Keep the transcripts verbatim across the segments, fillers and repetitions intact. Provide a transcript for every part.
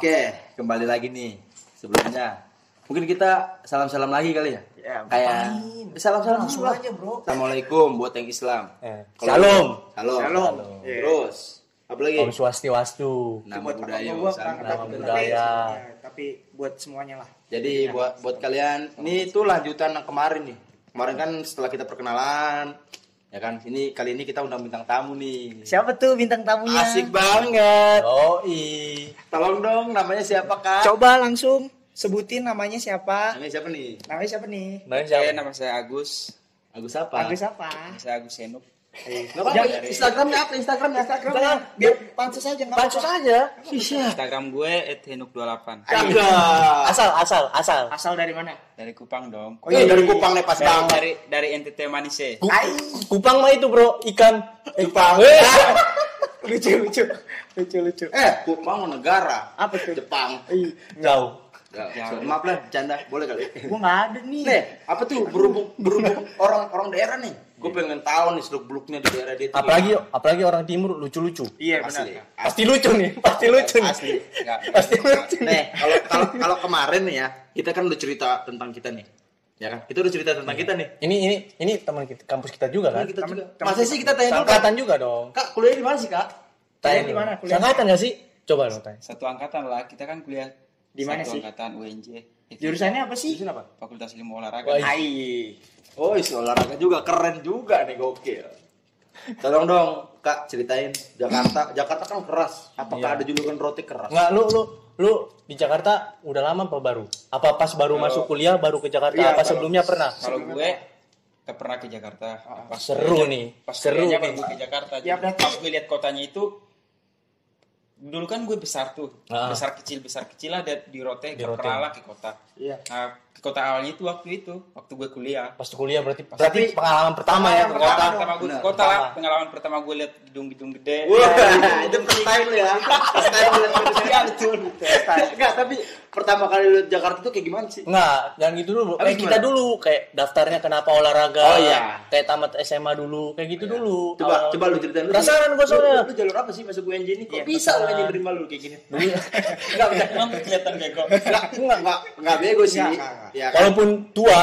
Oke, kembali lagi nih. Sebelumnya, mungkin kita salam-salam lagi kali ya? Ya, kayak salam-salam langsung aja, Bro. Assalamualaikum buat yang Islam. Eh, Kalau Shalom. Shalom. Shalom. Yeah. Terus, apa lagi? Om Swastiwastu. Nama buat budaya. gua, Usang. Kang, Nama tapi- budaya. ya, tapi buat semuanya lah. Jadi buat buat kalian, ini itu lanjutan yang kemarin nih. Kemarin kan setelah kita perkenalan, ya kan? Ini kali ini kita undang bintang tamu nih. Siapa tuh bintang tamunya? Asik banget. Oh, i. Tolong dong, namanya siapa Kak? Coba langsung sebutin namanya siapa? Namanya siapa nih? Namanya siapa nih? Nah, Oke, siapa? nama saya Agus. Agus apa? Agus apa? Nama saya Agus Senuk. Nggak apa-apa, Instagramnya apa? Instagramnya? Instagramnya biar pansus aja nggak Pansus apa-apa. aja. Instagram gue et henuk dua puluh delapan. Kagak. Asal, asal, asal. Asal dari mana? Dari Kupang dong. Oh, Oh, iya, dari Kupang nih pas Dari banget. dari, dari N T T Manise. Ku- Ai. Kupang mah itu, Bro, ikan. Eh, Kupang. lucu lucu lucu lucu. Eh, Kupang mau negara. Apa tuh? Jepang. Jauh. Ya, so, maaf lah, bercanda. Boleh kali. Gua nggak ada nih. Nih, apa tuh berhubung berhubung orang orang daerah nih. Gue pengen tahu nih seluk beluknya di daerah dia. tuh Apalagi gimana. apalagi orang timur lucu-lucu. Iya Asli. benar. Pasti lucu nih, pasti lucu nih. Asli. Enggak. Pasti lucu. Nih, kalau kalau kalau kemarin nih ya, kita kan udah cerita tentang kita nih. Ya kan? Kita udah cerita tentang kita nih. Ini ini ini teman kita, kampus kita juga kan? Kita Temen- juga. temen Masa sih kita tanya dulu? Sangkatan juga dong. Kak, kuliah di mana sih, Kak? Kuliah Tanya di mana? dulu. Kuliah? Sangkatan nggak sih? Coba dong tanya. Satu angkatan lah. Kita kan kuliah Di mana satu sih? angkatan U N J. Jurusannya apa sih? Jurusan apa? Fakultas Ilmu Olahraga. Wah, Ai. Oh, isi olahraga juga keren juga nih, gokil. Tolong dong, Kak, ceritain Jakarta. Jakarta kan keras. Apakah Iya. ada julukan roti keras? Nggak, lu lu lu di Jakarta udah lama apa baru? Apa pas baru Kalau- masuk kuliah baru ke Jakarta? Iya, apa kalau- sebelumnya pernah? Kalau gue gak pernah ke Jakarta. Pas Seru kuliahnya- nih, Pas seru serunya nih. baru gue ke Jakarta. Ya, Jadi berarti- pas gue lihat kotanya itu, dulu kan gue besar tuh, Ah. besar kecil besar kecil lah di, di Rote, Di gak Rote. pernah lah ke kota. Iya. Nah, ke kota awalnya itu waktu itu, waktu gue kuliah. Pas kuliah berarti Pas- berarti Tapi- pengalaman pertama ya ke Pengalaman kota. pertama gue ke Benar, kota lah, pertama. pengalaman pertama gue lihat gedung-gedung gede. Wah, itu first time lu ya. First time lu lihat Indonesia. Enggak, tapi pertama kali lu lihat Jakarta tuh kayak gimana sih? Enggak, jangan gitu dulu. Habis Kayak kita gimana? dulu kayak daftarnya kenapa olahraga. Oh, iya. Kayak tamat S M A dulu, kayak gitu dulu. Coba Awal- coba lu ceritain lu. Perasaan gua soalnya. Lu, lu jalur apa sih masuk U N J ini? Kok Iya, bisa U N J perasaan. terima lu kayak gini? Dulu Enggak, enggak. Emang kelihatan bego. Enggak, enggak, enggak, enggak bego sih. Enggak, enggak, enggak. Ya kan? walaupun tua.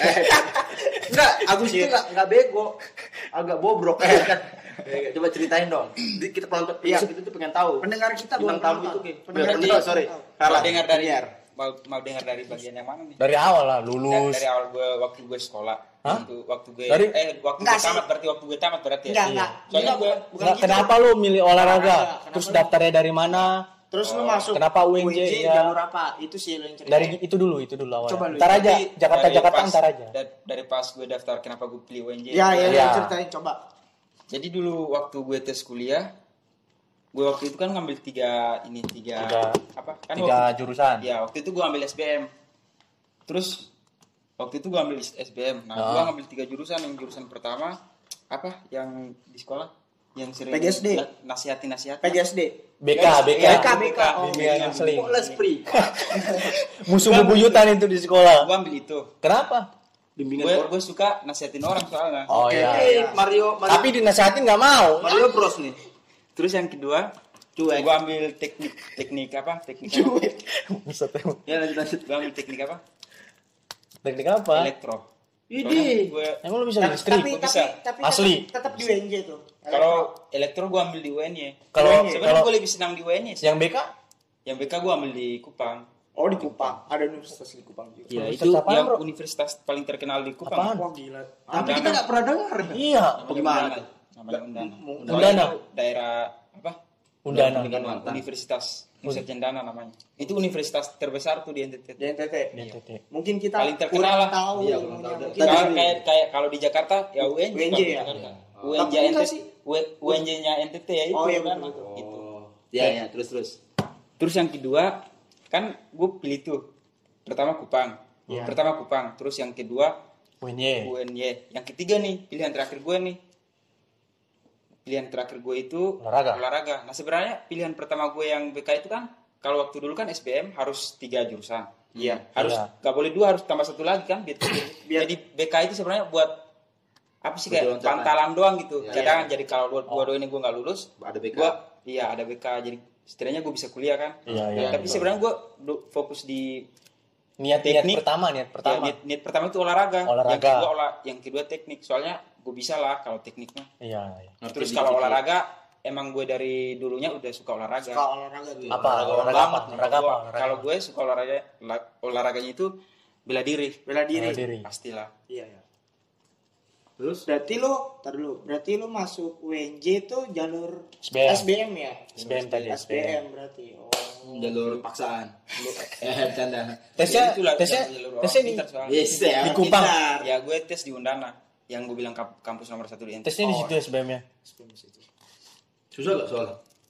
Enggak, Agus itu enggak enggak bego. Agak bobrok ya kan. Ya, coba ceritain dong. Di- Kita penonton Iya. itu tuh pengen tahu. Pendengar kita bintang belum tamu tahu. itu kayak Pendengar pendengar kita tahu, sorry. belum tahu. Mau Salah. dengar dari Penyiar. mau, mau dengar dari bagian yang mana nih? Dari awal lah Dari, lulus. dari awal gue waktu gue sekolah. Hah? Waktu waktu gue Dari- eh waktu Enggak gue sih. tamat berarti waktu gue tamat berarti ya. Enggak, Iya. enggak. Soalnya Enggak, gue bukan Nggak, gitu. kenapa lu milih olahraga? Olahraga. Terus Kenapa? daftarnya dari mana? Terus lu Oh, masuk kenapa U N J, ya? jalur apa? Itu sih lu yang ceritain. Dari itu dulu, itu dulu awal. Coba lu. Ntar aja, Jadi, Jakarta dari Jakarta pas- ntar aja. da- dari pas gue daftar kenapa gue pilih U N J. Ya, ya, Iya. ya, ceritain coba. Jadi dulu waktu gue tes kuliah, gue waktu itu kan ngambil tiga ini tiga, Tiga- apa? Kan Tiga waktu, jurusan. ya waktu itu gue ambil S B M. Terus waktu itu gue ambil S B M. Nah, gue Ah. ngambil tiga jurusan. Yang jurusan pertama apa? Yang di sekolah yang sering P G S D. nasihatin nasihatin. P G S D. B K, B K. B K, B K. Oh, Bimbingan seling. Kok les free? Musuh bebuyutan itu di sekolah. Gue ambil itu. Kenapa? Bimbingan Gue sport. gue suka nasihatin orang soalnya. Oh Oke, iya. Mario, Mario. Tapi dinasehatin nggak mau. Mario Bros nih. Terus yang kedua, Cuek. gue ambil teknik teknik apa? Teknik apa? Buset, emang. Ya lanjut lanjut. Gue ambil teknik apa? Teknik apa? Elektro. Ini. Gue Emang lu bisa Tapi listrik? tapi Gua bisa. tapi Asli. tetap, tetap di U N J tuh. kalau elektro gue ambil di U N Y. Kalau- sebenarnya kalau- gue lebih senang di U N Y sih. Yang B K? Yang B K gue ambil di Kupang. Oh di Kupang, ada universitas di Kupang juga. Ya Universitas itu apaan, yang bro? universitas paling terkenal di Kupang. Apaan? Wah gila. Tapi kita nggak pernah dengar. Iya. Namanya Gimana Undana. tuh? Namanya Undana. Undana. Soalnya itu daerah apa? Undana. Kalimantan. Universitas Nusa Cendana namanya. Itu universitas terbesar tuh di N T T. Di N T T. Di N T T. Mungkin kita Paling terkenal kurang lah. tahu Iya, ilmunya. kurang tahu. Mungkin Tadi- Kalau dari- kayak kayak kalau di Jakarta ya U N J. U N J kalau di ya? Jakarta. Oh. U N J Tapi N T enggak T. sih. U N J-nya N T T ya itu Oh, iya, kan. betul, betul. Gitu. Ya ya, terus terus. Terus yang kedua kan gue pilih tuh pertama Kupang, Iya. pertama Kupang, terus yang kedua U N Y. U N Y, yang ketiga nih pilihan terakhir gue nih, pilihan terakhir gue itu Olahraga. olahraga. Nah sebenarnya pilihan pertama gue yang B K itu kan kalau waktu dulu kan S B M harus tiga jurusan, iya harus Iya. gak boleh dua harus tambah satu lagi kan, biar, Biar- jadi B K itu sebenarnya buat apa sih kayak Betul, pantalan doang gitu, Iya. cadangan. Jadi kalau dua dua ini gue nggak lulus, Ada B K. gue iya ada B K. Jadi setidaknya gue bisa kuliah kan. Iya, Nah, iya, tapi betul. sebenarnya gue du- fokus di Niat niat Teknik. pertama, niat ya, pertama. niat, niat pertama itu olahraga. Olahraga. Yang kedua olah, yang kedua teknik. Soalnya gue bisa lah kalau tekniknya. Iya, iya. Ngerti Terus dikit kalau ya. olahraga emang gue dari dulunya udah suka olahraga. Suka olahraga gitu. Apa? Olahraga Olahraga banget apa? nih. Olahraga apa? Gua- Olahraga Kalau apa? gue suka olahraga olah- olahraganya itu bela diri. Bela diri. Bela diri. Pastilah. Iya, iya. Terus Berarti lu, tar dulu. Berarti lu masuk U N J itu jalur S B M. S B M ya? S B M tadi, S B M berarti. Oh. jalur paksaan. Eh, bercanda. Tesnya, Ya, itulah tesnya, jalur orang tesnya di, pintar soalnya. Yes, ya. Di Kupang. Pintar. Ya gue tes di Undana. Yang gue bilang kamp- kampus nomor satu di N T. tesnya di situ S B M-nya. Susah gak soal?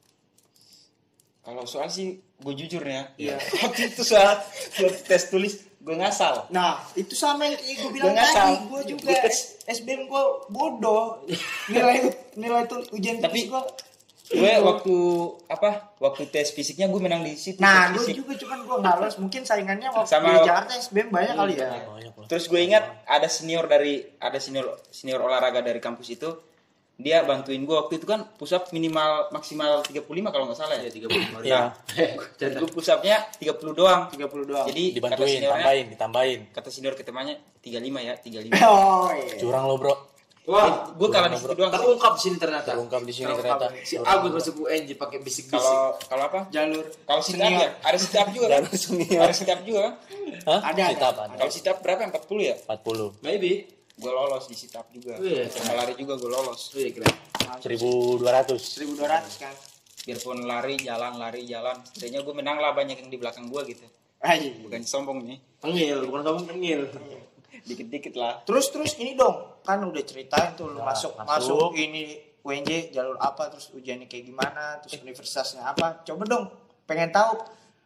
Kalau soal sih gue jujur ya. Iya. Waktu itu soal buat tes tulis gue ngasal. Nah, itu sama yang gue bilang Gua ngasal. tadi. Gue juga Gua tes- S B M gue bodoh. Nilai nilai tuh ujian Tapi- tulis gue. Gue waktu apa? Waktu tes fisiknya gue menang di situ. Nah, tes gue fisik. juga cuman gue nggak lolos. Mungkin saingannya waktu Sama- di Jakarta S B M banyak kali ya. Banyak lah. Terus gue ingat ada senior dari ada senior senior olahraga dari kampus itu, dia bantuin gue waktu itu kan push up minimal maksimal tiga puluh lima kalau nggak salah ya. Ya tiga puluh. Iya. Gue push upnya tiga puluh doang. tiga puluh doang. Jadi kata Dibantuin, seniornya, tambahin, ditambahin. kata senior ketemuannya tiga puluh lima ya, tiga puluh lima. Oh iya. Curang lo, Bro. Wah, Gue kalah di situ doang. sih. terungkap di sini ternyata. Terungkap di sini Terungkap. ternyata. Si Agus masuk U N J pakai bisik-bisik. Kalau kalau apa? Jalur Kalau sit up senior. ya, ada sit up juga kan? Jalur senior. Ada sit up juga kan? Hah? Ada, Sit up ada. ada. Kalau sit up berapa? empat puluh ya? empat puluh. Maybe. Gue lolos di sit up juga. Wih. Sama lari juga gue lolos. Wih, keren. seribu dua ratus. seribu dua ratus kan. Biarpun lari, jalan, lari, jalan. Setidaknya gue menang lah banyak yang di belakang gue gitu. Ayo. Bukan sombong nih. Tengil, bukan kamu tengil. Dikit-dikit lah. Terus terus ini dong, kan udah ceritain tuh lu Nah, masuk, masuk. masuk ini U N J jalur apa, terus ujiannya kayak gimana, terus universitasnya apa. Coba dong, pengen tahu.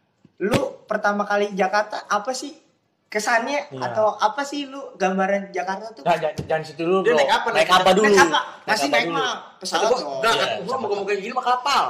Lu pertama kali Jakarta apa sih kesannya Iya. atau apa sih lu gambaran Jakarta tuh? Nah, jangan, jangan situ dulu, Dia Bro. naik apa, Naik naik- apa dulu? Naik apa? Masih apa naik dulu? mah pesawat Gua, dong. udah, Iya, gua sama. mau ngomong kayak gini mah kapal.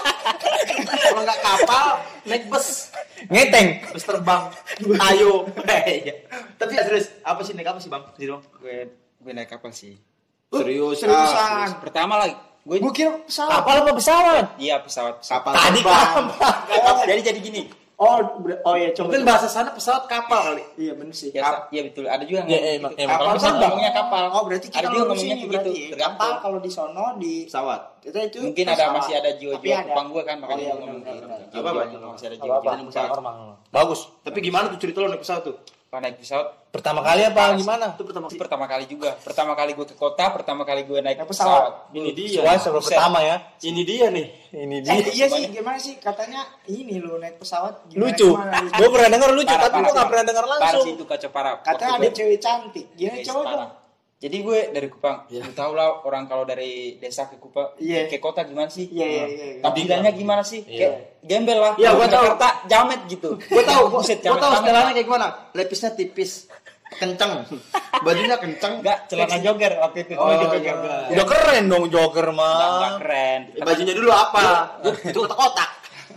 Kalau nggak kapal, naik bus. Ngeteng. Bus terbang. Ayo. Iya. Tapi ya, serius, apa sih naik apa sih, Bang? Sini dong. Gue gue naik kapal sih. Serius, Seriusan. ah, Pertama lagi. Gue Gue kira pesawat. Kapal apa pesawat? iya pesawat. pesawat. kapal Tadi terbang. Oh, Jadi jadi gini. oh, ber- oh ya coba. Mungkin bahasa sana pesawat kapal kali. Iya bener sih. Ya, sa- iya betul. Ada juga yang Iya, ngomong emang- gitu. emang. Kalau Kapal pesawat terbang. ngomongnya kapal. Oh berarti kita ada juga lulus ngomongnya ini begitu. berarti. Kapal Tergantung. kalau di sono di Pesawat. kita itu Mungkin ada pesawat. masih ada Tapi jiwa-jiwa ada. Kupang gue kan makanya Oh, iya, gue ngomong benar, gitu. benar. Jiwa-jiwa Apa-apa? Kupang masih ada Apa apa? jiwa-jiwa pesawat. Normal. Bagus. Tapi gimana tuh cerita lo naik pesawat tuh? Pas naik pesawat Pertama kali apa gimana? Itu pertama. itu pertama kali juga. Pertama kali gue ke kota, pertama kali gue naik Naik pesawat. pesawat. Ini dia. Soalnya sebelum Buset. pertama ya. Ini dia nih. Ini Eh, dia. iya sih, gimana sih katanya ini lo naik pesawat gimana, Lucu. gimana, lucu. Gue pernah denger lucu, Parah, tapi gue parah, gak pernah denger Parah langsung. sih itu kacau parah. Katanya Waktu ada gue- cewek cantik. Gimana Guys, coba parah. dong? Jadi gue dari Kupang, Iya. lu tau lah orang kalau dari desa ke Kupang, Iya. ke kota gimana sih? Iya iya iya. Tampilannya gimana sih? Iya. Kayak gembel lah. Iya, Kalau gua ke tahu. Jakarta jamet gitu. Gue tahu, gue Buset, tahu jamet banget. setelannya kayak gimana. Lepisnya tipis, kenceng, bajunya kenceng. Enggak, celana jogger waktu itu. Oh, Celana iya. jogger. Udah keren dong jogger Enggak, enggak mah. keren. Eh, bajunya dulu apa? Itu kotak-kotak.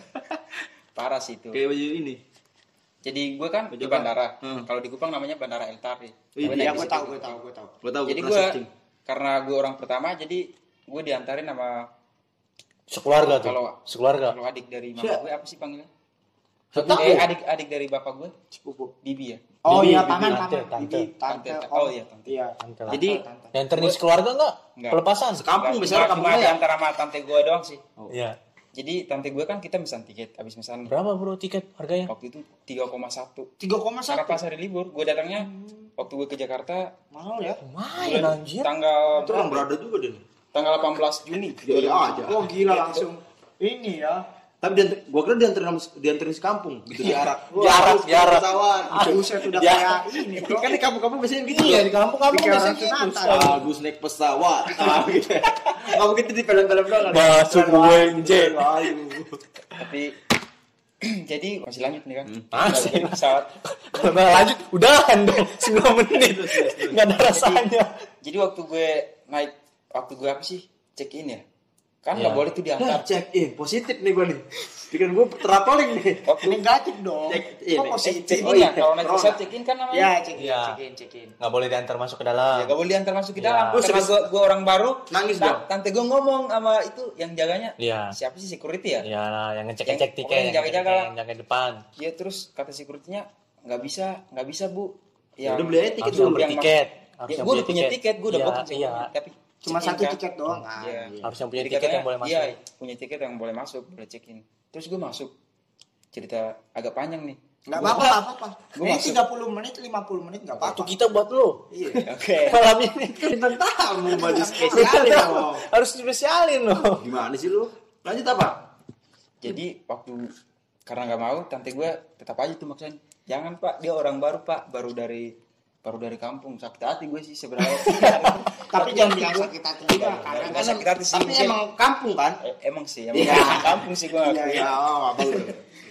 Parah sih itu. Kayak baju ini. Jadi gue kan di Baju apa? bandara. Hmm. Kalau di Kupang namanya Bandara El Tari. Wih, Gua iya, naik Iya, di gue situ. tahu, gue tahu, gue tahu. Gue tahu. Jadi gua gue pernah searching. karena gue orang pertama, jadi gue diantarin sama Sekeluarga tuh. Kalau- Sekeluarga. kalau adik dari mama Siap. gue apa sih panggilnya? Tahu. Eh, adik adik dari bapak gue, Sepupu. Bibi ya. Oh Bibi, iya, bibi, paman, tante, paman, tante. bibi, tante. Tante. Oh, iya, tante. Iya. Tante. Tante, Jadi- tante. Yang ternis keluarga enggak? Enggak. Pelepasan. Kampung Nggak, biasanya cuma- kampungnya cuma ya. antara sama tante gue doang sih. Iya. Jadi tante gue kan kita pesan tiket, habis pesan Berapa bro tiket harganya? waktu itu tiga koma satu. tiga koma Karena satu pas hari libur, gue datangnya waktu gue ke Jakarta mahal ya. Lumayan bulan- anjir. tanggal Itu orang berada juga deh. tanggal delapan belas Juni. Iya aja. Oh gila langsung ini ya. Tapi dia, gua kira dianterin sama- dianterin sekampung gitu diarak. Jarak, jarak. Pesawat. Buset udah Ya. kayak ini bro. Kan di kampung-kampung biasanya gitu. Iya di kampung-kampung Bikin biasanya orang gitu. sunatan. Agus naik pesawat. Ah gitu. Enggak mungkin itu di film-film doang. kan? Masuk U N J. Ayo. Tapi jadi masih lanjut nih kan? Masih. Dari pesawat. Kalau nggak lanjut, udahan dong. sembilan menit. Nggak ada rasanya. Jadi waktu gue naik, waktu gue apa sih? Check in ya. Kan nggak Iya. boleh tuh diangkat. Cek in positif nih gue nih. Bikin gue traveling nih. Waktu Negatif dong. Cek in. Kok eh, positif? check Oh in iya, ya, kalau naik corona. pesawat check in kan namanya. Ya, cekin, Iya. cekin, cekin. Nggak boleh diantar masuk ke dalam. Ya gak boleh diantar masuk ke Iya. dalam. Oh, Karena serius? gua, gua orang baru. Nangis ta- dong? Tante gue ngomong sama itu yang jaganya. Iya. Siapa sih security ya? Iya lah, yang ngecek Yang- ngecek pokoknya tiket, yang jaga-jaga lah. yang jaga depan. Iya terus kata security-nya nggak bisa, nggak bisa bu. Ya udah beli aja tiket Harus dulu. yang beli yang tiket. Ya, Harus yang gue beli udah punya tiket, gue udah Iya, booking iya. sebelumnya. Tapi Cuma check-in satu kan. tiket doang kan. Iya. Harus yang punya Jadi tiket katanya, yang boleh masuk. Iya, punya tiket yang boleh masuk, boleh check in. Terus gue masuk. Cerita agak panjang nih. Enggak Gua- apa-apa, enggak apa-apa. Gua Ini masuk. tiga puluh menit, lima puluh menit enggak apa-apa. Itu kita buat lo. Iya. Oke. Malam ini Bintang tamu baju spesialin dong. harus spesialin lo. Gimana sih lu? Lanjut apa? Jadi waktu karena nggak mau, tante gue tetap aja tuh maksain. Jangan pak, dia orang baru pak, baru dari baru dari kampung. Sakit hati gue sih sebenarnya. Tapi jangan bilang sakit hati juga karena Nggak sakit hati sih. Tapi mungkin- emang kampung kan? Eh, emang sih, emang Iya. kampung sih gue Iya, ngakuin. iya. oh, apa lu?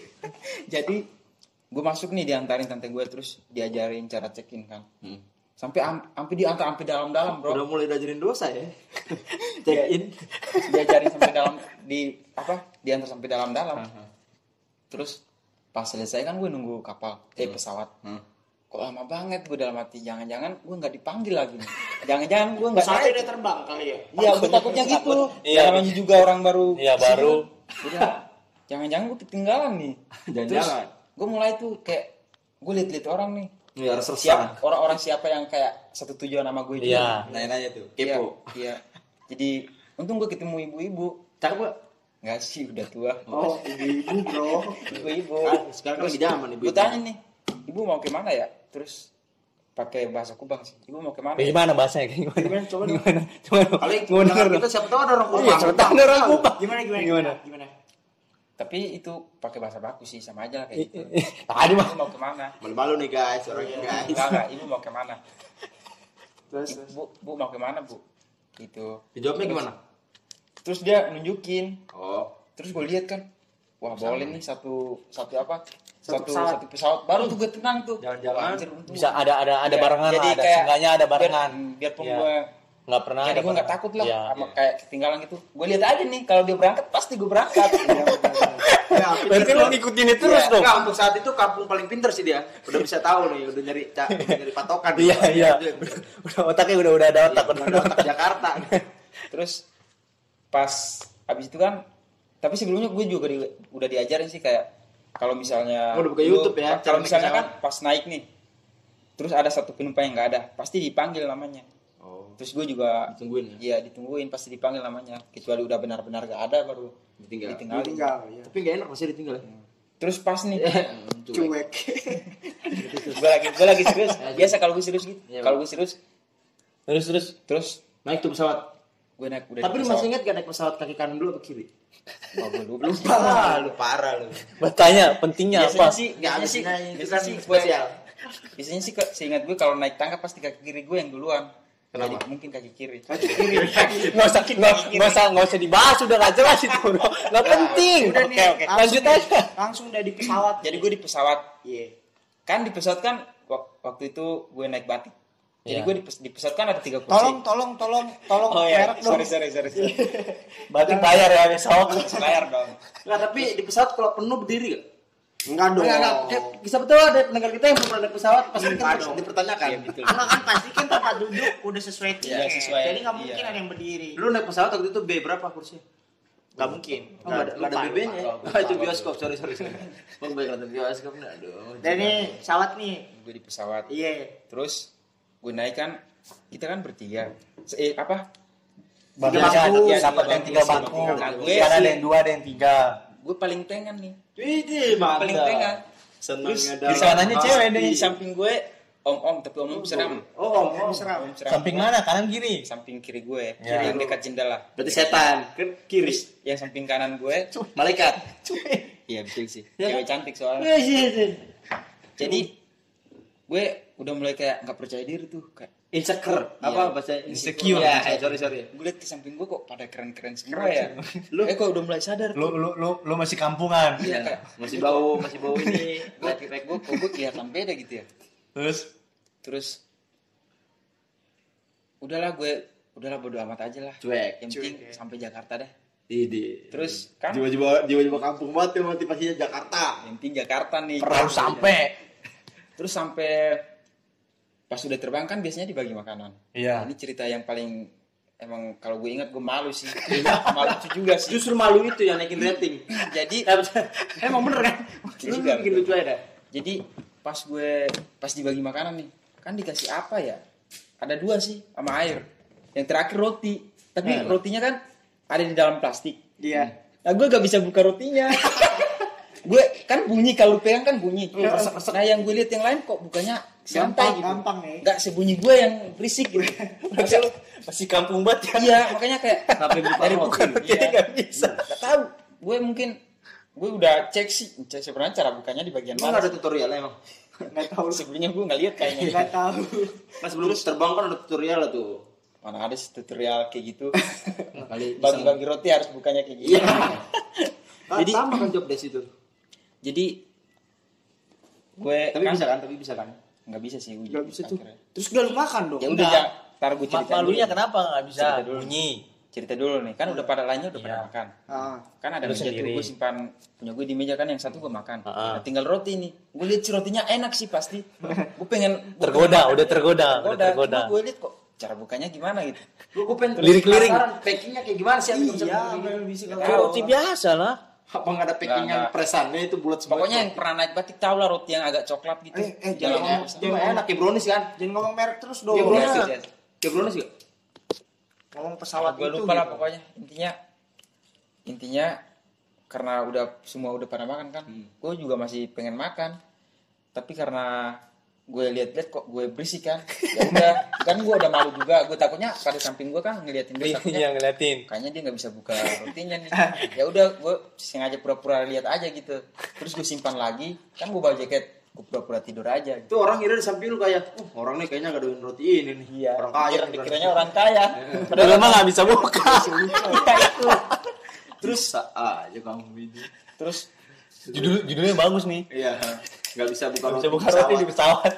Jadi gue masuk nih diantarin tante gue terus diajarin cara check in kan. Hmm. Sampai am- sampai diantar sampai dalam-dalam bro. Udah mulai diajarin dosa ya. Check in. Diajarin sampai dalam di apa? Diantar sampai dalam-dalam. Terus pas selesai kan gue nunggu kapal, eh pesawat. Hmm. Kok lama banget gue dalam hati. Jangan-jangan gue nggak dipanggil lagi nih. Jangan-jangan gue nggak Sampai naik. dia terbang kali ya. Iya, gue takutnya gitu. Iya. Ya, namanya juga orang baru. Iya, baru. Udah, jangan-jangan gue ketinggalan nih. Terus Jangan-jangan. gue mulai tuh kayak gue liat-liat orang nih. Iya, harus Siapa resah. orang-orang siapa yang kayak satu tujuan sama gue itu. Iya. Nanya-nanya tuh. Iya, Kepo. iya. Jadi untung gue ketemu ibu-ibu. Cakep gak? Nggak sih, udah tua. Oh, ibu bro. Ibu-ibu. Ah, sekarang lagi zaman ibu. Gue tanya nih, ibu mau kemana ya? Terus pakai bahasa Kubang sih. Ibu mau kemana? Ya, Ya? gimana bahasanya? Kayak gimana? Gimana coba dong. Gimana? Coba dong. Kali Gimana? pendengar kita siapa tahu ada orang Iya, Kupang. coba tahu ada orang Kupang. Gimana gimana Gimana? gimana? Gimana? Tapi itu pakai bahasa baku sih, sama aja lah kayak gitu. Tadi mah. Ibu mau kemana? Malu-malu nih guys, orangnya guys. Enggak, enggak. Ibu mau kemana? Terus Ibu, bu, bu mau kemana bu? Gitu. Dijawabnya gimana? Terus dia nunjukin. Oh, Terus gue lihat kan, wah boleh nih satu satu apa? Satu Satu pesawat. satu pesawat. Baru tuh gue tenang tuh. Jangan-jangan Wah, anjir, untung. Bisa ada ada ada Iya, barengan jadi lah, ada kayak seenggaknya ada biar- barengan. Biarpun Iya. gue Nggak pernah. jadi ada gue nggak barengan. takut lah Iya. sama kayak ketinggalan gitu. Gue lihat aja nih kalau dia berangkat pasti gue berangkat. ya, Berarti lo ngikutin itu terus Iya. dong. enggak, untuk saat itu kampung paling pinter sih dia. Udah bisa tahu nih, udah nyari ca- udah nyari patokan. Iya iya. Udah otaknya udah udah ada otak. Udah ada otak Jakarta. Terus pas habis itu kan, tapi sebelumnya gue juga di, udah diajarin sih kayak kalau misalnya Oh, udah buka lu- YouTube ya, cara kalau misalnya naik kan pas naik nih, terus ada satu penumpang yang nggak ada, pasti dipanggil namanya. Oh, Terus gue juga ditungguin ya. Iya ditungguin, pasti dipanggil namanya. Kecuali udah benar-benar gak ada baru Ditinggal. ditinggalin. tinggal ya. Tapi enggak enak masih ditinggal ya. Terus pas nih, Cuek. Cuek. gue lagi gue lagi serius. Biasa kalau gue serius gitu. Iya, Kalau Bang. gue serius, Terus terus. terus Naik tuh pesawat. gue naik udah Tapi di lu pesawat. masih ingat gak naik pesawat kaki kanan dulu atau kiri? Oh, gue lupa. lupa. Ah, lu parah lu. Bertanya pentingnya Biasanya apa? sih, Enggak biasanya habis sih, naik itu biasanya kan sih spesial. Biasanya sih ke- seingat gue kalau naik tangga pasti kaki kiri gue yang duluan. Kenapa? Jadi mungkin kaki kiri. Kaki kiri. Nggak usah nggak nggak usah nggak usah dibahas udah nggak jelas itu bro. Nggak penting. Udah Oke nih, oke. langsung Lanjut deh. aja. Langsung udah di pesawat. Jadi gue di pesawat. Iya. Kan di pesawat kan wak- waktu itu gue naik batik. Jadi Iya. gue di, pes- di pesawat kan ada tiga kursi. Tolong, tolong, tolong, tolong Oh ya, merek dong. sorry sorry sorry. sorry. Berarti bayar ya besok. Bayar dong. Enggak, tapi di pesawat kalau penuh berdiri gak? Enggak dong. Enggak, enggak. Kayak, bisa betul ada pendengar kita yang belum pernah naik pesawat pasti kan Enggak dong. dipertanyakan. Iya betul. Karena kan pasti kan tempat duduk udah sesuai tiket. Iya, sesuai. Jadi nggak mungkin Iya. ada yang berdiri. Lu naik pesawat waktu itu B berapa kursinya? Nggak mungkin. Oh, enggak ada, nggak ada Lupa, B B-nya. lupa. Ah, itu bioskop, sorry sorry. Bang baik nonton bioskop nih, aduh. Dan nih pesawat nih. Gue di pesawat. Iya. Terus gue naik kan, kita kan bertiga. Se- Eh, apa? Bangku bangku. ya, dapat yang tiga Tiga bangku. bangku. Nah, gue Kan ada sih- yang dua ada yang tiga. Gue paling tengan nih. Widih, Paling tengan. Senangnya Terus dalam di sananya hati. cewek deh. Di samping gue om-om, tapi om-om seram. Oh, Oh, seram. Om seram. Samping mana? Kanan kiri. Samping kiri gue, Ya. kiri yang dekat jendela. berarti setan. Kan kiri. Terus yang samping kanan gue, Malaikat. iya betul sih. Ya. Cewek cantik soalnya. Iya, iya, iya. Jadi gue udah mulai kayak nggak percaya diri tuh, kayak Insecure. Iya. Apa bahasa Insecure. Ya, eh, sorry sorry. gue liat ke samping gue kok pada keren-keren semua ya. Lu eh kok udah mulai sadar Lu tuh. lu lu lu masih kampungan. Iya kayak Masih bau, masih bau ini. laki-laki gue kok gue kelihatan beda gitu ya. Terus Terus udahlah gue udahlah bodo amat aja lah. Cuek. Yang penting Cuek, ya. sampai Jakarta deh. Ide. Terus kan jiwa-jiwa jiwa-jiwa kampung banget ya motivasinya Jakarta. yang penting Jakarta nih. Harus sampai. Terus sampai pas udah terbang kan biasanya dibagi makanan. Iya. Nah, ini cerita yang paling emang kalau gue ingat gue malu sih. Malu itu juga sih. Justru malu itu yang naikin rating. Jadi Emang bener kan? Lu Lu juga bikin betul. lucu aja dah. Jadi pas gue pas dibagi makanan nih, kan dikasih apa ya? Ada dua sih sama air. Yang terakhir roti. Tapi rotinya kan ada di dalam plastik. Iya. Nah gue gak bisa buka rotinya. Gue kan bunyi kalau pegang kan bunyi. Nah yang gue lihat yang lain kok bukanya santai Gampang, gitu. gampang nih. Gak sebunyi gue yang berisik gitu. Masih, masih kampung banget ya. Iya makanya kayak Sampai buka dari roti. bukan Jadi nggak bisa. Gak tahu. Gue mungkin gue udah cek sih. Cek sebenarnya cara bukanya di bagian Emang mana. ada tutorialnya emang? Nggak tahu. Sebelumnya gue nggak lihat kayaknya. Nggak tahu. Mas sebelum terbang kan ada tutorial lah tuh. Mana ada sih tutorial kayak gitu. Kali Bagi-bagi roti harus bukanya kayak gitu. Iya. Jadi- Jadi sama kan job desk itu. Jadi gue Tapi bisa kan? Tapi bisa kan? nggak bisa sih. Nggak bisa tuh. akhirnya. Terus udah lu makan dong. Ya udah Enggak. jangan. Ntar gue Ma- cerita Malunya dulu. kenapa nggak bisa Cerita dulu. bunyi? Cerita dulu nih. Kan udah pada lainnya udah pada Iya. makan. Ah. Kan ada Lu meja tuh sendiri. gue simpan punya gue di meja kan yang satu gue makan. Ah. Nah, tinggal roti nih. Gue lihat si rotinya enak sih pasti. Gue pengen gua Tergoda, pengen- udah tergoda, udah tergoda. tergoda. Cuma gue lihat kok cara bukanya gimana gitu. Gue gue pengen Lirik-lirik. penasaran packingnya kayak gimana sih? Aku bisa Iya, bikin. apa yang bisa Nggak Kayak tahu. roti biasa lah. Apa nggak ada packing Nggak, yang nggak. presannya itu bulat semua? Pokoknya yang pernah naik batik tau lah roti yang agak coklat gitu. Eh, eh, jangan jangan ngomong, jangan cuma ngomong- enak kayak brownies kan? Jangan ngomong merek terus dong. Kayak brownies Iya. gak? Kayak brownies gak? Ngomong pesawat Gue itu. lupa lah gitu. pokoknya intinya intinya karena udah semua udah pada makan kan, gue juga masih pengen makan, tapi karena gue lihat-lihat kok gue berisik kan, ya udah kan gue udah malu juga, gue takutnya pada samping gue kan ngeliatin gue takutnya Iya ngeliatin. kayaknya dia nggak bisa buka rotinya nih, ya udah gue sengaja pura-pura lihat aja gitu, terus gue simpan lagi, kan gue bawa jaket, gue pura-pura tidur aja. Gitu. Itu orang kira di samping lu kayak, oh orang nih kayaknya nggak doain roti ini nih. Iya, Orang kaya. dikira- nih, dikiranya orang kaya. Padahal emang nggak bisa buka. Terus aja kamu ini. Terus Judul judulnya bagus nih. Iya. Nggak bisa buka Nggak roti. bisa buka roti di pesawat.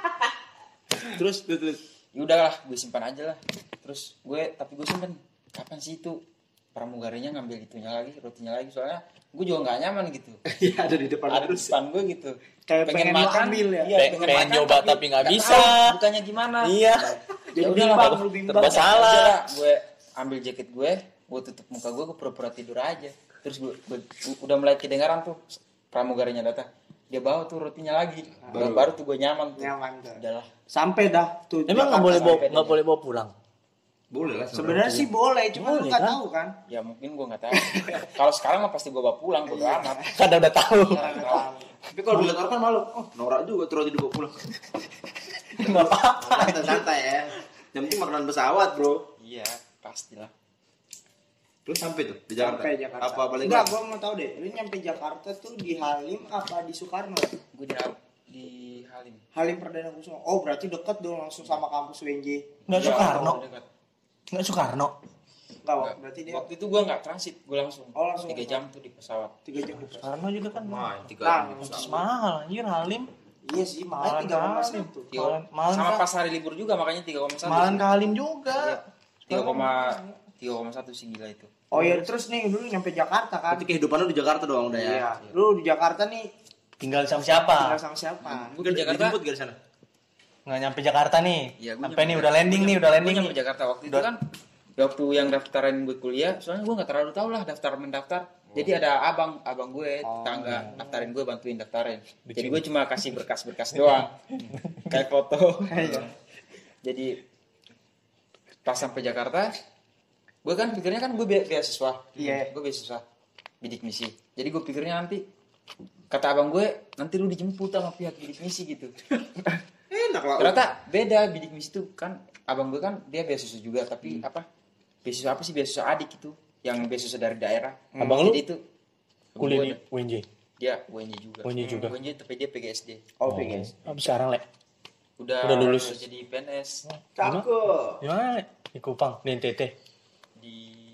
terus terus ya udahlah gue simpan aja lah, terus gue tapi gue simpan kapan sih itu pramugarinya ngambil itunya lagi rotinya lagi, soalnya gue juga nggak nyaman gitu, Iya ada di depan ada di terus. depan gue gitu, Kayak pengen lu ambil ya? iya, Pengen- pengen nyoba tapi nggak bisa. tahu bukanya gimana. Iya. Ya Jadi udahlah, bimbang, gua- lu bimbang. Serba salah. Ya udah, gue ambil jaket gue, gue tutup muka gue, gue pura-pura tidur aja, terus gue, gue- udah mulai kedengaran tuh pramugarinya datang, dia bawa tuh rotinya lagi, baru, baru tuh gue nyaman tuh. Nyaman tuh. Udahlah. Sampai dah tuh. Emang nggak Jakarta. boleh bawa sampai nggak dia. boleh bawa pulang. Boleh lah. Sebenarnya sih boleh, cuma lu Boleh, nggak kan? tahu kan. Ya mungkin gue nggak tahu. Kalau sekarang mah pasti gue bawa pulang, bodo amat. Kan udah tahu. Nggak tahu. Tapi kalau dilihat orang kan malu. Oh norak juga tuh roti dibawa pulang. Nggak apa-apa. Santai-santai ya. Yang penting makanan pesawat bro. Iya, pastilah. Terus sampai tuh di Jakarta. Sampai Jakarta. Apa balik Enggak, lagi? gua mau tahu deh. Lu nyampe Jakarta tuh di Halim apa di Soekarno? Gue di, di Halim. Halim Perdana Kusuma. Oh, berarti deket dong langsung sama kampus U N J. Nggak Iya, Soekarno. dekat. Nggak Soekarno. Enggak, Enggak. berarti dia Waktu itu gue nggak transit, gue langsung. Oh, langsung. Tiga jam tuh di pesawat. tiga jam di pesawat. Soekarno juga kan. Main tiga Nah, hari. Terus mahal anjir Halim. Iya sih, mahal Malan tiga koma Halim. satu. Malan, malan Sama ka- pas hari libur juga makanya tiga koma satu. malan ke Halim juga. Tiga koma tiga koma satu sih gila itu. Oh iya, terus nih dulu nyampe Jakarta kan. Berarti kehidupan lu di Jakarta doang udah ya. Iya. Lu di Jakarta nih Tinggal sama siapa? tinggal sama siapa? Gue di Jakarta. Dijemput gak di sana? Nggak nyampe Jakarta nih. Iya, gua Sampai nyampe nih Jakarta. udah landing nih, udah landing Gue nih. nyampe Jakarta waktu itu Udah. kan waktu yang daftarin gue kuliah, soalnya gue nggak terlalu tahu lah daftar mendaftar. Jadi ada abang, abang gue tetangga daftarin gue, bantuin daftarin. Jadi gue cuma kasih berkas-berkas doang, kayak foto. Jadi pas sampai Jakarta, gue kan pikirnya kan gue be- beasiswa, Iya. gue beasiswa bidik misi. Jadi gue pikirnya nanti kata abang gue nanti lu dijemput sama pihak bidik misi gitu. Enak lah. Ternyata beda bidik misi itu kan abang gue kan dia beasiswa juga tapi apa beasiswa apa sih beasiswa adik itu yang beasiswa dari daerah. Abang lu Jadi itu Kuliah di gua- U N J. dia U N J juga. U N J juga. U N J tapi dia P G S D. Oh, P G S. Habis sekarang le. Udah, Udah lulus. jadi P N S Cakep. Gimana? Le? Di Kupang, di N T T. di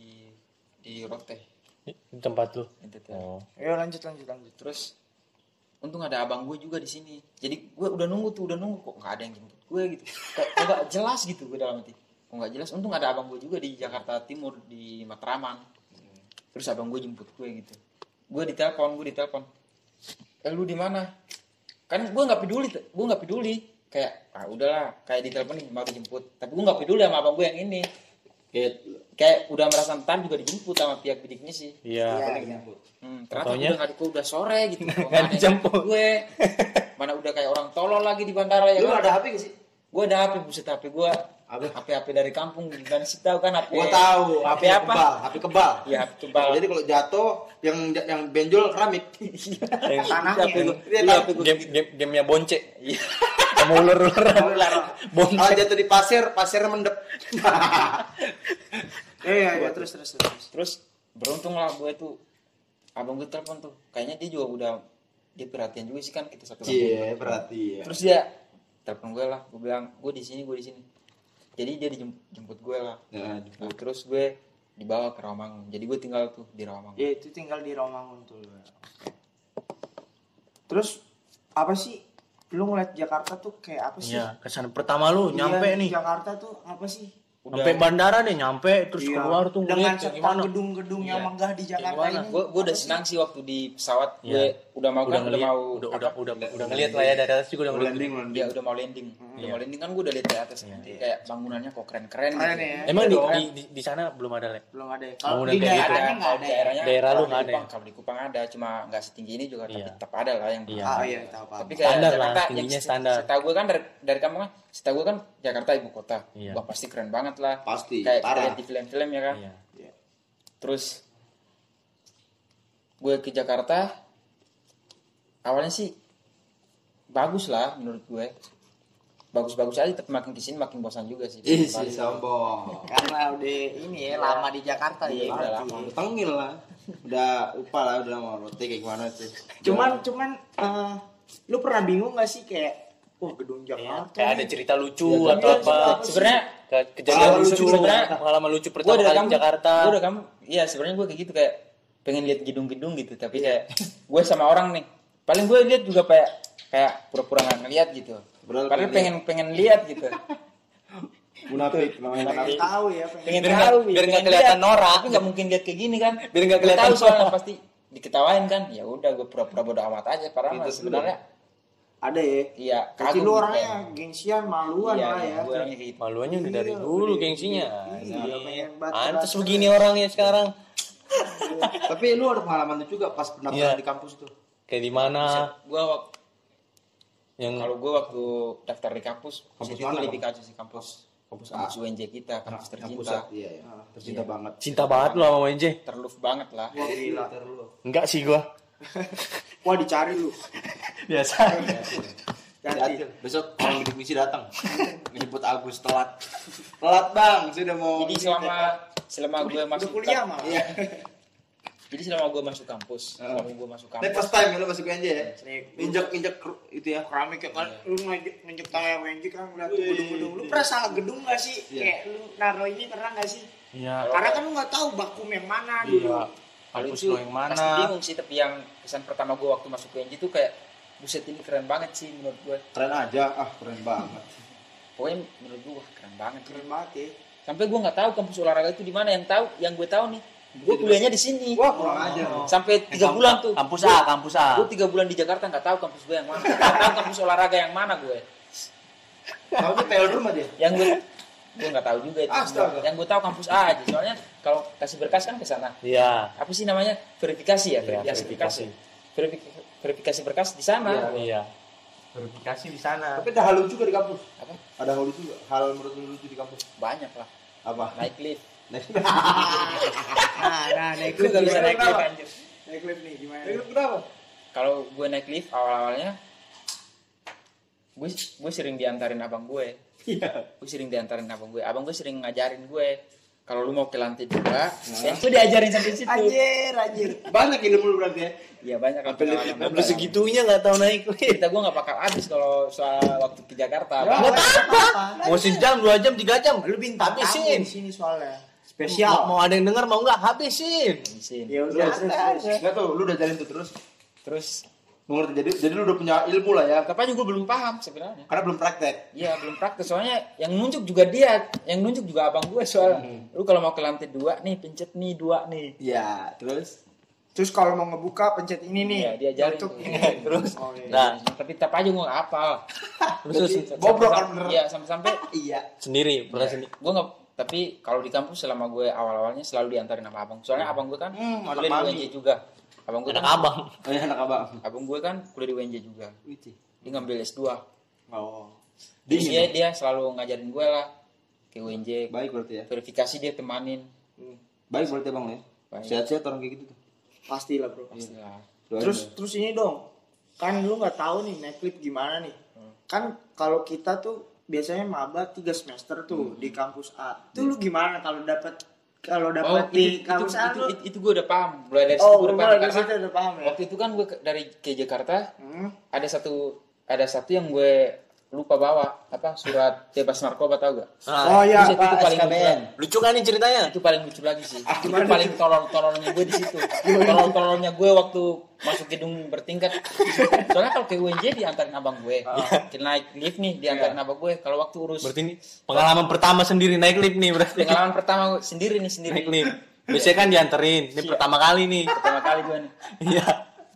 di Rote Di di tempat lu. N T T. Oh. Ayo lanjut lanjut lanjut. Terus untung ada abang gue juga di sini. Jadi gue udah nunggu tuh, udah nunggu kok nggak ada yang jemput gue gitu. Kayak nggak jelas gitu gue dalam hati. Kok nggak jelas. Untung ada abang gue juga di Jakarta Timur di Matraman. Terus abang gue jemput gue gitu. Gue ditelepon, gue ditelepon. Eh lu di mana? Kan gue nggak peduli, gue nggak peduli. Kayak ah udahlah, kayak ditelepon nih mau dijemput. Tapi gue nggak peduli sama abang gue yang ini. Kayak kayak udah merasa ntar juga dijemput sama pihak bidiknya sih. Iya. Iya. Hmm, ternyata Fotonya? udah nggak udah sore gitu. Nggak dijemput. Gue mana udah kayak orang tolol lagi di bandara ya. Lu kan? ada H P gak sih? Gue ada H P, buset H P gue H P H P dari kampung gimana sih tahu kan H P. Gua tahu, H P H P apa? kebal, H P kebal. Iya, H P kebal. Jadi kalau jatuh yang yang benjol keramik. Yang- Tanahnya. H P gue. Iya, Iya, H P gue. game game gamenya bonce. Iya. Sama ular-ularan. Kalau Bonce. jatuh di pasir, pasirnya mendep. Iya, iya, terus terus terus. Terus beruntung lah gue tuh abang gue telepon tuh. Kayaknya dia juga udah dia perhatian juga sih kan kita satu kampung. Iya, berarti ya. Terus dia telepon gue lah, gue bilang gue di sini, gue di sini. Jadi dia dijemput gue lah. Nah, Nah, terus gue dibawa ke Rawamangun. Jadi gue tinggal tuh di Rawamangun. Ya itu tinggal di Romangun tuh. Oke. Terus apa sih? Lu ngeliat Jakarta tuh kayak apa sih? Iya, kesan pertama lu nyampe Iya, nih. Jakarta tuh apa sih? Sampai bandara nih nyampe terus Iya. keluar tuh dengan ngeliat kayak serta gimana. gedung-gedung yang Iya. megah di Jakarta gimana? ini. Gue gue udah Apa sih? senang sih waktu di pesawat Iya. gue udah mau Udah kan udah ngeliat, mau udah apa? udah udah udah ngeliat lah ya dari atas juga udah ngeliat. landing, Dia landing. udah mau landing. Udah Iya. mau landing kan gue udah lihat dari atas. Kayak bangunannya kok keren-keren Keren gitu. ya. Emang di, Iya, di, di, di sana belum ada le? belum ada. ya? Bangunan Kalau di kayak gitu. daerahnya Ada, nggak kalau ada. ya? daerahnya, Daerah lu kalau nggak di ada Kupang, ya? kalau di Kupang ada, cuma nggak setinggi ini juga, tapi Iya. tetap ada lah yang. Iya. Ah iya, tahu Pak. Tapi kayak Standar lah, Jakarta, tingginya yang standar. Setahu gue kan dari dari kamu kan, setahu gue kan Jakarta ibu kota. Iya. Wah pasti keren banget lah. Pasti, Kayak kita parah. lihat di film-film ya kan. Iya. Terus gue ke Jakarta, awalnya sih bagus lah menurut gue. Bagus-bagus aja, tapi makin kesini makin bosan juga sih. Ih, si sombong. Karena udah ini ya lama di Jakarta Iya, ya. udah berarti. lama. Tengil lah. Udah lupa lah, udah mau roti kayak gimana sih. Cuman cuman eh, lu pernah bingung gak sih kayak wah gedung Iya, Jakarta. kayak ada nih. cerita lucu Iya, atau iya, apa? apa sih? Sebenarnya Ke- Kejadian Pengalaman lucu, lucu sebenarnya. pengalaman lucu gue pertama udah kali kamu, di Jakarta. gue udah kamu, iya sebenarnya gue kayak gitu kayak pengen lihat gedung-gedung gitu, tapi kayak gue sama orang nih, paling gue lihat juga kayak kayak pura-pura nggak ngeliat gitu. Padahal Padahal pengen pengen pengen lihat gitu. Munafik, namanya Pengen munafik. tahu ya pengen. Pengen Biar tahu, nggak- biar nggak pengen kelihatan lihat. norak. Tapi nggak mungkin lihat kayak gini kan. Biar nggak Gue kelihatan tahu soalnya norak. pasti diketawain kan. Ya udah gue pura-pura bodo amat aja. Padahal Gitu mah sebenarnya Ada ya. iya Tapi kagum lu gitu orangnya kayak. gengsian, maluan Iya, lah iya, ya. gue orangnya kayak gitu. Maluannya udah dari Iya, dulu udah. gengsinya. Iya, udah pengen banget. Pantes begini orangnya sekarang. Tapi lu ada pengalaman tuh juga pas pendaftaran Iya. di kampus itu. Kayak di mana Gue wak- yang kalau gue waktu daftar di kampus, Kampus itu mana, lebih Bang? kacau sih kampus. Kampus kampus U N J kita, kampus Yang tercinta. pusat, iya, iya. Tercinta Iya. banget. cinta banget lu sama W N J? Terluf banget lah. Wah gila. Enggak sih gua. Wah dicari lu. Biasa. Ganti. Hati-hati. Besok orang bidik misi datang. Menjemput Agus telat. Telat bang, sudah mau. Jadi selama selama gue Udah masuk kuliah kam- mah. Iya. Jadi selama gue masuk kampus, Heeh. selama gue masuk Ini kampus, first time ya lu masuk U N J ya. Nih, Injek injek itu ya. keramik ya kan, lu nginjek nginjek tangan W N J kan udah tuh gedung-gedung. Lu pernah salah gedung gak sih? Iya. Kayak lu naruh ini pernah gak sih? Iya. Karena kan lu gak tahu bakum yang mana dulu. Iya. kalau Kampus itu lu yang mana? pasti bingung sih. Tapi yang kesan pertama gue waktu masuk U N J itu kayak buset ini keren banget sih menurut gue. Keren aja, ah keren banget. Pokoknya menurut gue wah, keren banget. Keren banget ya. Sampai gue nggak tahu kampus olahraga itu di mana. Yang tahu, yang gue tahu nih, gue kuliahnya di sini. Wah kurang aja. Sampai tiga bulan tuh. Kampus A, kampus A. Gue tiga bulan di Jakarta nggak tahu kampus gue yang mana. Nggak tahu kampus olahraga yang mana gue. Tahu P L rumah dia. Yang gue gue nggak tahu juga itu. Astaga. Yang gue tahu kampus A aja. Soalnya kalau kasih berkas kan ke sana. Iya. Apa sih namanya? Verifikasi ya, Iya, verifikasi verifikasi. berkas. Verifikasi, verifikasi berkas di sana. Iya. Verifikasi di sana. Tapi ada hal lucu juga di kampus. Apa? Ada hal lucu juga. Hal menurut lu lucu di kampus. Banyak lah. Apa? Naik lift. Nah, nah naik Gue lift gak bisa gimana? naik lift anjir. Naik lift nih gimana? Lu kenapa? Kalau gue naik lift awal-awalnya gue gue sering diantarin abang gue. Iya. Gue sering diantarin abang gue. Abang gue sering ngajarin gue kalau lu mau ke lantai dua, ya gue diajarin sampai situ. Anjir, anjir. Banyak ilmu lu berarti ya. Iya banyak kan pengalaman. Sampai segitunya nggak tahu naik lift. Cerita gue gak bakal habis kalau soal waktu ke Jakarta. Ya, Bang. apa-apa. Mau sejam, dua jam, tiga jam. Lu bintang tamu habisin. di sini soalnya. Mau, Spesial. mau ada yang dengar mau nggak habisin. Habisin. Ya udah, terus, terus. Enggak tuh, lu udah jalin tuh terus. Terus Lu ngerti, jadi jadi lu udah punya ilmu lah ya. Tapi aja gue belum paham sebenarnya. Karena belum praktek. Iya belum praktis soalnya yang nunjuk juga dia, yang nunjuk juga abang gue soalnya. Hmm. Lu kalau mau ke lantai dua nih pencet nih dua nih. Iya, terus Terus kalau mau ngebuka pencet ini nih. Iya diajarin Tutup tuh. ini. Terus Oh, iya. nah Tapi tetap aja gue nggak hafal. terus Bobrok kan bener. Iya sampai-sampai iya. sendiri pernah sendiri. gue nggak. Tapi kalau di kampus selama gue awal-awalnya selalu diantarin sama abang. Soalnya abang gue kan Hmm, anak kuliah di U N mami. J juga. Abang gue Anak kan, abang. Oh, iya, anak abang. abang gue kan kuliah di U N J juga. Wih. Dia ngambil S dua. Oh. Jadi Dingin, dia, ya? dia selalu ngajarin gue lah ke U N J. Baik berarti ya. Verifikasi dia temanin. Baik berarti Bang ya. Baik. Sehat-sehat orang kayak gitu tuh. Pastilah bro. Pastilah. Doain Terus ya. terus ini dong. Kan lu nggak tahu nih naik klip gimana nih. Kan kalau kita tuh biasanya maba tiga semester tuh di kampus A. Tuh lu gimana kalau dapat kalau Oh, dapat itu, di itu, kampus A itu, lu? itu, itu gue udah paham. Mulai dari situ Oh, gue lu udah paham. mulai dari Karena situ udah paham ya. waktu itu kan gue ke- dari ke Jakarta, Hmm. ada satu ada satu yang gue lupa bawa apa surat bebas narkoba tau gak? Oh iya, Terus itu, Pak itu paling S K B N. lucu, Lucu kan nih ceritanya? itu paling lucu lagi sih. Itu paling tolol-tololnya gue di situ. Tolol-tololnya gue waktu masuk gedung bertingkat. Soalnya kalau ke U N J diantarin abang gue, kita naik lift nih diantarin abang gue. Kalau waktu urus Berarti ini pengalaman pertama sendiri naik lift nih berarti. pengalaman pertama sendiri nih sendiri. Naik lift. Biasanya kan dianterin. Ini pertama kali nih. Pertama kali gue nih. Iya.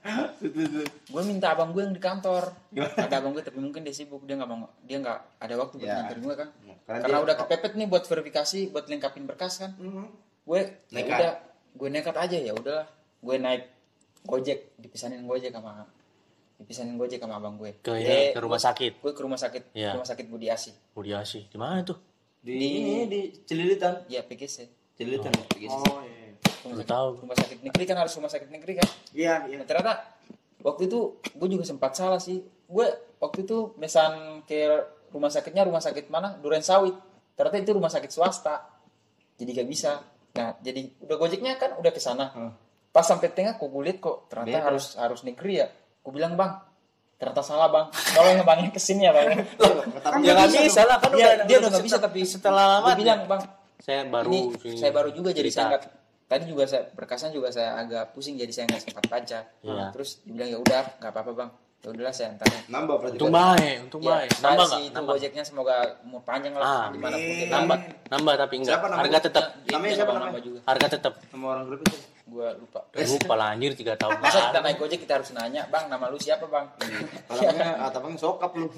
Gue minta abang gue yang di kantor. Ada abang gue tapi mungkin dia sibuk, dia nggak mau, dia nggak ada waktu buat Ya. nganterin gue kan. Karena Karena dia- udah kepepet nih buat verifikasi, buat lengkapin berkas kan. Gue ya Nekat. udah, gue nekat aja ya udahlah. Gue naik Gojek, dipisahin Gojek sama dipisahin Gojek sama abang gue. Ke, Dia- ke rumah sakit. Gue ke rumah sakit, Iya. rumah sakit Budi Asi. Budi Asih. Di mana tuh? Di, ini di Celilitan. Iya P G C. Celilitan ya, P G C. Oh iya. Rumah Baru sakit, tahu. rumah sakit negeri kan harus rumah sakit negeri kan. Iya, iya. Nah, ternyata waktu itu gue juga sempat salah sih. Gue waktu itu mesan ke rumah sakitnya rumah sakit mana? Duren Sawit. Ternyata itu rumah sakit swasta. Jadi gak bisa. Nah, jadi udah Gojeknya kan udah ke sana. Hmm. Pas sampai tengah kok gue liat kok ternyata Beda. harus harus negeri ya. Gue bilang, "Bang, ternyata salah, Bang. Tolong bangnya ke sini ya, Bang." Kan Ya nggak nggak bisa bisa lah kan Dia udah dia udah gak bisa tapi setelah lama gue bilang, "Bang, saya baru ini sini saya baru juga jadi cerita. saya nggak tadi juga saya berkasan juga saya agak pusing jadi saya nggak sempat baca." Iya. Terus dibilang ya udah nggak apa-apa bang, ya udahlah saya antarin. Nambah berarti. Untung Bang. baik, untung Ya, baik. Nambah sih nggak? itu Nambah. Gojeknya semoga umur panjang Ah, lah dimanapun amin. kita Nambah, nambah tapi enggak. Siapa namanya? Harga tetap. Namanya siapa namanya? juga Harga tetap. Nama orang grup itu. gue lupa. Lupa lah anjir tiga tahun. Masa kita naik Gojek kita harus nanya, "Bang, nama lu siapa, Bang?" Orangnya atapnya sokap lu.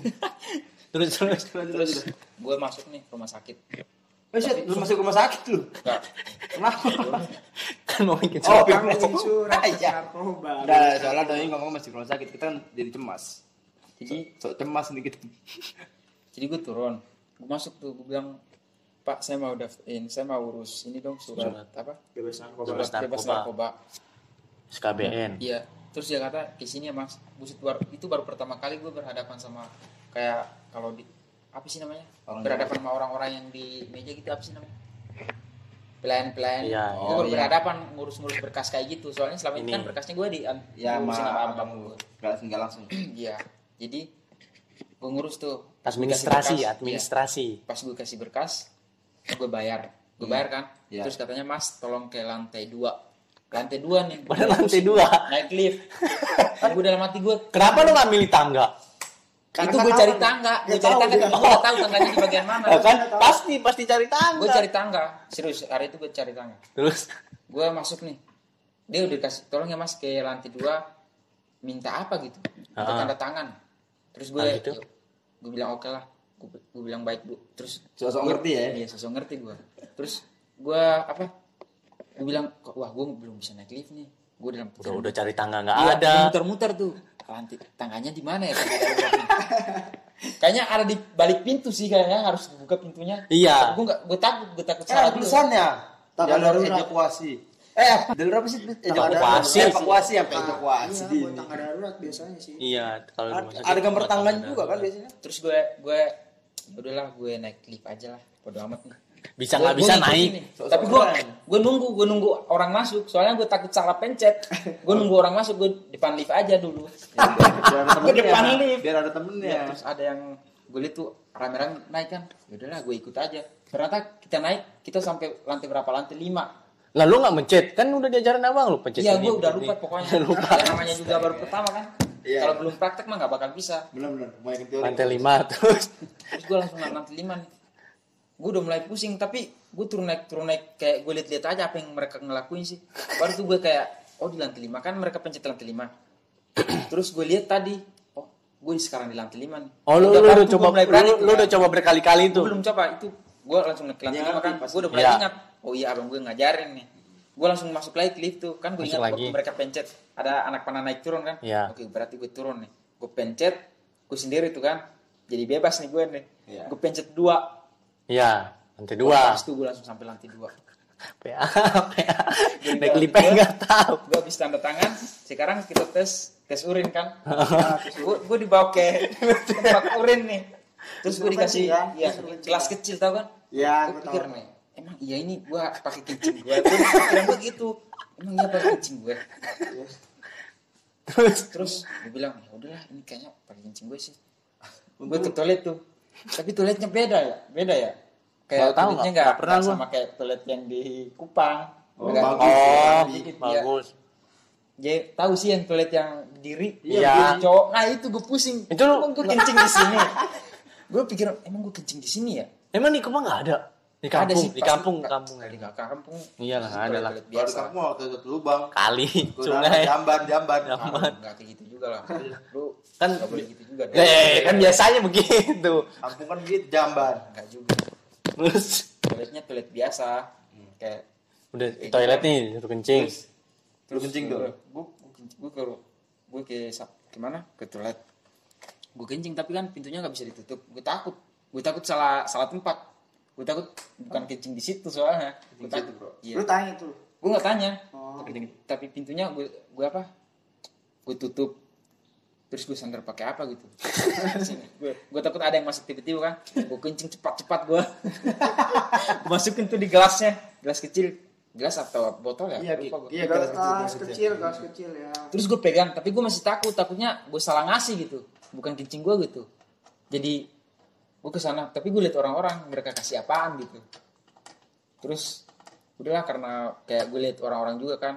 Terus terus. Terus gue masuk nih ke rumah sakit. Eh, shit, lu masuk rumah sakit lu. Nggak, Kenapa? Kan mau bikin Oh, surat. Kan bikin surat Iya. narkoba. Nah, soalnya doi ngomong masih rumah sakit. Kita kan jadi cemas. jadi Sok cemas nih kita. jadi gue turun, gue masuk tuh, gue bilang, "Pak, saya mau daftarin, saya mau urus ini dong surat, Surat. apa? Bebas narkoba. Bebas Surat bebas narkoba. narkoba." S K B N. Iya, terus dia kata di sini ya Mas, buset baru itu baru pertama kali gue berhadapan sama kayak kalau di apa sih namanya? Orang berhadapan sama orang-orang yang di meja gitu apa sih namanya? Pelayan-pelayan. Iya, gue iya. baru iya. berhadapan ngurus-ngurus berkas kayak gitu. Soalnya selama ini, Ini. kan berkasnya gue di Ya, ngurusin sama sama abang abang lu. gue. Enggak enggak langsung. Iya. Jadi gue ngurus tuh Administrasi, Dikasih berkas. administrasi. Iya. Pas gue kasih berkas, gue bayar. Gue bayar kan. Iya. Terus katanya, "Mas, tolong ke lantai dua." Lantai dua nih. Pada lantai dua. Naik lift. Gue dalam hati gue, Kenapa lu nggak milih tangga? Karena itu kan gue tahu cari kan. tangga, Dia gue cari tahu, tangga, dia tapi gue gak tahu tangganya di bagian mana. Ya kan pasti pasti cari tangga. Gue cari tangga, serius hari itu gue cari tangga. Terus Gue masuk nih, dia udah kasih, "Tolong ya Mas ke lantai dua, minta apa gitu, minta Ah. tanda tangan." Terus gue, Ah, gitu? gue bilang oke lah, gue, gue bilang baik Bu. Terus Sosok gua- ngerti ya? Iya sosok ngerti gue. Terus gue apa? Gue bilang, "Kok wah gue belum bisa naik lift nih." Gue dalam udah udah cari tangga nggak Iya, ada. muter-muter tuh. Lantai tangganya di mana ya? Tangga darurat nih? Kayaknya ada di balik pintu sih kayaknya harus dibuka pintunya. Iya. Gue nggak, gue takut, gue takut Kan salah ada juga. tulisannya. Tangga Jalur darurat. evakuasi. Eh, jalur apa sih? Evakuasi. Evakuasi sampai evakuasi. Iya, buat tangga darurat biasanya sih. Iya, kalau di rumah Ada, sakit ada gambar buat tangganya tangga juga kan darurat. biasanya. Terus gue, gue, udahlah gue naik lift aja lah. Bodo amat nih. Bisa Gua- nggak gua bisa ngikutin naik. nih. Sok-sok Tapi gue, keren. gue nunggu, gue nunggu orang masuk. Soalnya gue takut salah pencet. Gue nunggu orang masuk, gue depan lift aja dulu. Biar ada Gue depan temennya. lift. Biar ada temennya. Ya, terus ada yang gue lihat tuh rame-rame naik kan. Ya udahlah, gue ikut aja. Ternyata kita naik, kita sampai lantai berapa? Lantai lima. Lah lu nggak mencet? Kan udah diajarin abang lu pencet. Iya, ini, gue udah pencet lupa ini. pokoknya. lupa. Ya, namanya juga baru pertama kan. Iya. Kalau belum praktek mah nggak bakal bisa. Benar-benar banyak teori. Lantai lima terus. Terus gue langsung naik lantai lima nih. Gue udah mulai pusing, tapi gue turun naik turun naik kayak gue lihat-lihat aja apa yang mereka ngelakuin sih. Baru tuh gue kayak, oh di lantai lima kan mereka pencet lantai lima. Terus gue lihat tadi, oh gue sekarang di lantai lima nih. Oh lu Udah lu baru udah tuh coba gua mulai berani lu, tuh, lu kan. udah coba berkali-kali Gue tuh. belum coba itu. Gue langsung naik ke lantai Ya, lima kan. pasti. Gue udah mulai Ya. ingat. Oh iya abang gue ngajarin nih. Gue langsung masuk lagi ke lift tuh. Kan gue Masuk ingat lagi. waktu mereka pencet. Ada anak panah naik turun kan. Ya. Oke berarti gue turun nih. Gue pencet. Gue sendiri tuh kan. Jadi bebas nih gue nih. Ya. Gue pencet dua. Iya, lantai dua. Pas tuh gue langsung sampai lantai dua. P A, P A. Jadi Naik gua- lift gua- enggak tahu. Gue habis tanda tangan. Sekarang kita tes tes urin kan. gue gue dibawa ke tempat urin nih. Terus gue Disuruh dikasih kencing, kan? ya Disuruh kencing, kelas kan? kecil tau kan. Ya, Gue gua pikir tahu. nih. Emang iya ini gue pakai kencing gue. Gue pikiran gue gitu. Emang iya pakai kencing gue. Terus Terus gue bilang ya udahlah ini kayaknya pakai kencing gue sih. Gue ke toilet tuh. Tapi toiletnya beda ya, beda ya. Kayak Nggak tahu, toiletnya nggak- nggak nggak pernah nggak gua. sama kayak toilet yang di Kupang. Oh, Nggak- bagus. oh, dikit, ya. bagus. Jadi tahu sih yang toilet yang diri, Iya. yang cowok. Nah itu gue pusing. Itu lu- emang gue kencing di sini. Gue pikir emang gue kencing di sini ya. Emang di Kupang enggak ada? Di Ada kampung, sih, di pasti. kampung, kampung Di ya. kampung. Iyalah, Pasti ada lah. toilet Kalau di biasa. kampung waktu itu lubang. Kali, Gua sungai. jamban, jamban. Jamban. Enggak kayak gitu juga lah. Lu Kan nggak boleh gitu juga. Eh, kan biasanya begitu. Kampung kan gitu jamban. Enggak juga. Terus Toiletnya toilet biasa. Kayak udah di toilet nih, suruh kencing. Lu kencing tuh. Gue gue ke gue ke sap- kemana? Ke toilet. Gue kencing tapi kan pintunya nggak bisa ditutup. Gue takut. Gue takut salah salah tempat. Gue takut bukan kencing di situ soalnya. Gue Kencing takut situ, bro. Iya. Lu tanya tuh. Gue nggak tanya. Oh. Tapi, tapi pintunya gue gue apa? Gue tutup. Terus gue sanggar pakai apa gitu. gue gue takut ada yang masuk tiba-tiba kan. Gue kencing cepat-cepat gue. Gue masukin tuh di gelasnya, gelas kecil, gelas atau botol ya? Iya, Lupa gua. iya, Gas, gelas kecil, gelas kecil, kecil. gas kecil ya. Terus gue pegang, tapi gue masih takut, takutnya gue salah ngasih gitu, bukan kencing gue gitu. Jadi gue kesana, tapi gue liat orang-orang mereka kasih apaan gitu. Terus udahlah karena kayak gue liat orang-orang juga kan,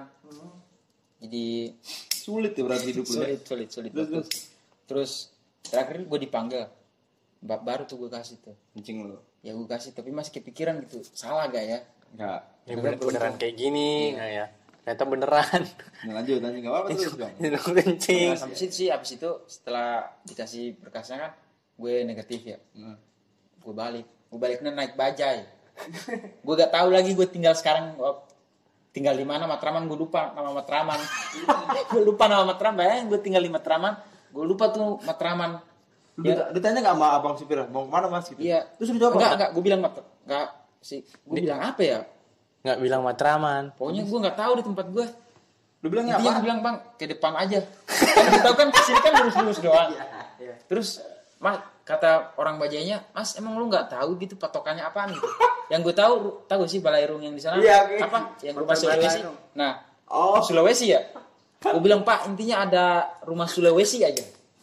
jadi Sulit ya berarti hidup lu. ya? sulit, sulit, sulit. Terus, Terus, terus terakhir gue dipanggil, Ba- baru tuh gue kasih tuh. Kencing lu. Ya gue kasih, tapi masih kepikiran gitu, salah gak ya? Enggak. Ya bener, beneran kayak gini, nah ya. Ternyata beneran. Nah, lanjut, lanjut enggak apa-apa terus, Bang. Itu kencing. Nah, sampai situ sih, abis itu setelah dikasih berkasnya kan, gue negatif ya. Hmm. Gue balik, gue baliknya naik bajai. Gue gak tahu lagi gue tinggal sekarang oh, tinggal di mana Matraman, gue lupa nama Matraman. Gue lupa nama Matraman, bayangin gue tinggal di Matraman, gue lupa tuh Matraman. Lu Ya, dita- ditanya enggak sama abang supir, mau kemana Mas gitu? iya. Terus lu jawab enggak, apa? enggak, gue bilang Mat, enggak sih, gue bilang apa ya? Nggak bilang Matraman. Pokoknya gue nggak tahu di tempat gue. Lu bilangnya Intinya apa? gue bilang bang ke depan aja. Kan kita tahu kan kesini kan lurus-lurus doang. Terus mas kata orang bajainya, mas emang lu nggak tahu gitu patokannya apaan gitu? Yang gue tahu tahu sih Balairung yang di sana. Iya, oke. Apa? Yang rumah Hotel Sulawesi. Balairung. Nah, Oh. Sulawesi ya. Gue bilang pak intinya ada rumah Sulawesi aja.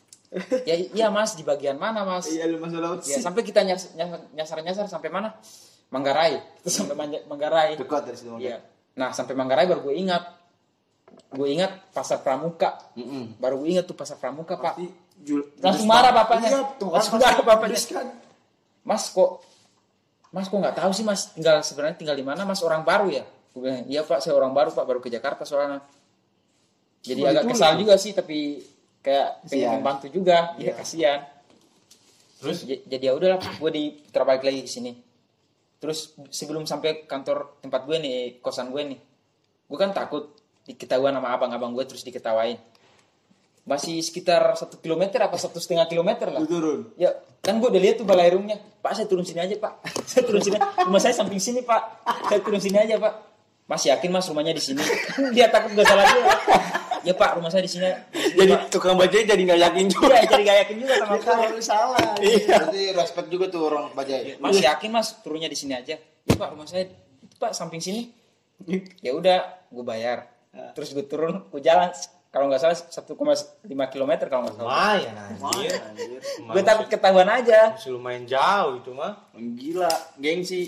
Ya iya mas di bagian mana mas? Iya, lu masuk laut Ya sih. sampai kita nyas- nyasar nyasar nyasar sampai mana? Manggarai. Terus sampai Manja- Manggarai. Dekat dari situ. Iya. Nah sampai Manggarai baru gue ingat, gue ingat pasar Pramuka, Heeh. baru gue ingat tuh pasar Pramuka pak. Pasti jul- Langsung judes marah banget. bapaknya. Iya, tuh kan Langsung pasti marah bapaknya. judes kan. Mas kok, mas kok nggak tahu sih mas tinggal sebenarnya tinggal di mana? Mas orang baru ya? Gue bilang iya pak saya orang baru pak baru ke Jakarta soalnya. Jadi Wah, agak itu kesal lu. juga sih tapi kayak pengen Kasihan. membantu juga, Iya. ya kasihan. Terus j- jadi ya udahlah gue diputar balik lagi ke sini. Terus sebelum sampai kantor tempat gue nih, kosan gue nih. Gue kan takut diketahuan sama abang-abang gue terus diketawain. Masih sekitar satu kilometer apa satu setengah kilometer lah. Lu turun. Ya kan gue udah lihat tuh balairungnya. Pak saya turun sini aja pak. Saya turun sini. Rumah saya samping sini pak. Saya turun sini aja pak. Mas yakin mas rumahnya di sini? Dia takut gak salah dia. Ya pak rumah saya di sini. Jadi tukang bajai jadi nggak yakin juga. Iya jadi gak yakin juga sama Ya, kalau gue. lu salah. Iya. Berarti respect juga tuh orang bajai. Mas yakin mas turunnya di sini aja? Ya pak rumah saya itu pak samping sini. Ya udah gue bayar. Terus gue turun, gue jalan. Kalau nggak salah satu koma lima kilometer kalau nggak salah. Lumayan anjir. Gue takut ketahuan aja. Masih lumayan jauh itu mah. Gila, gengsi.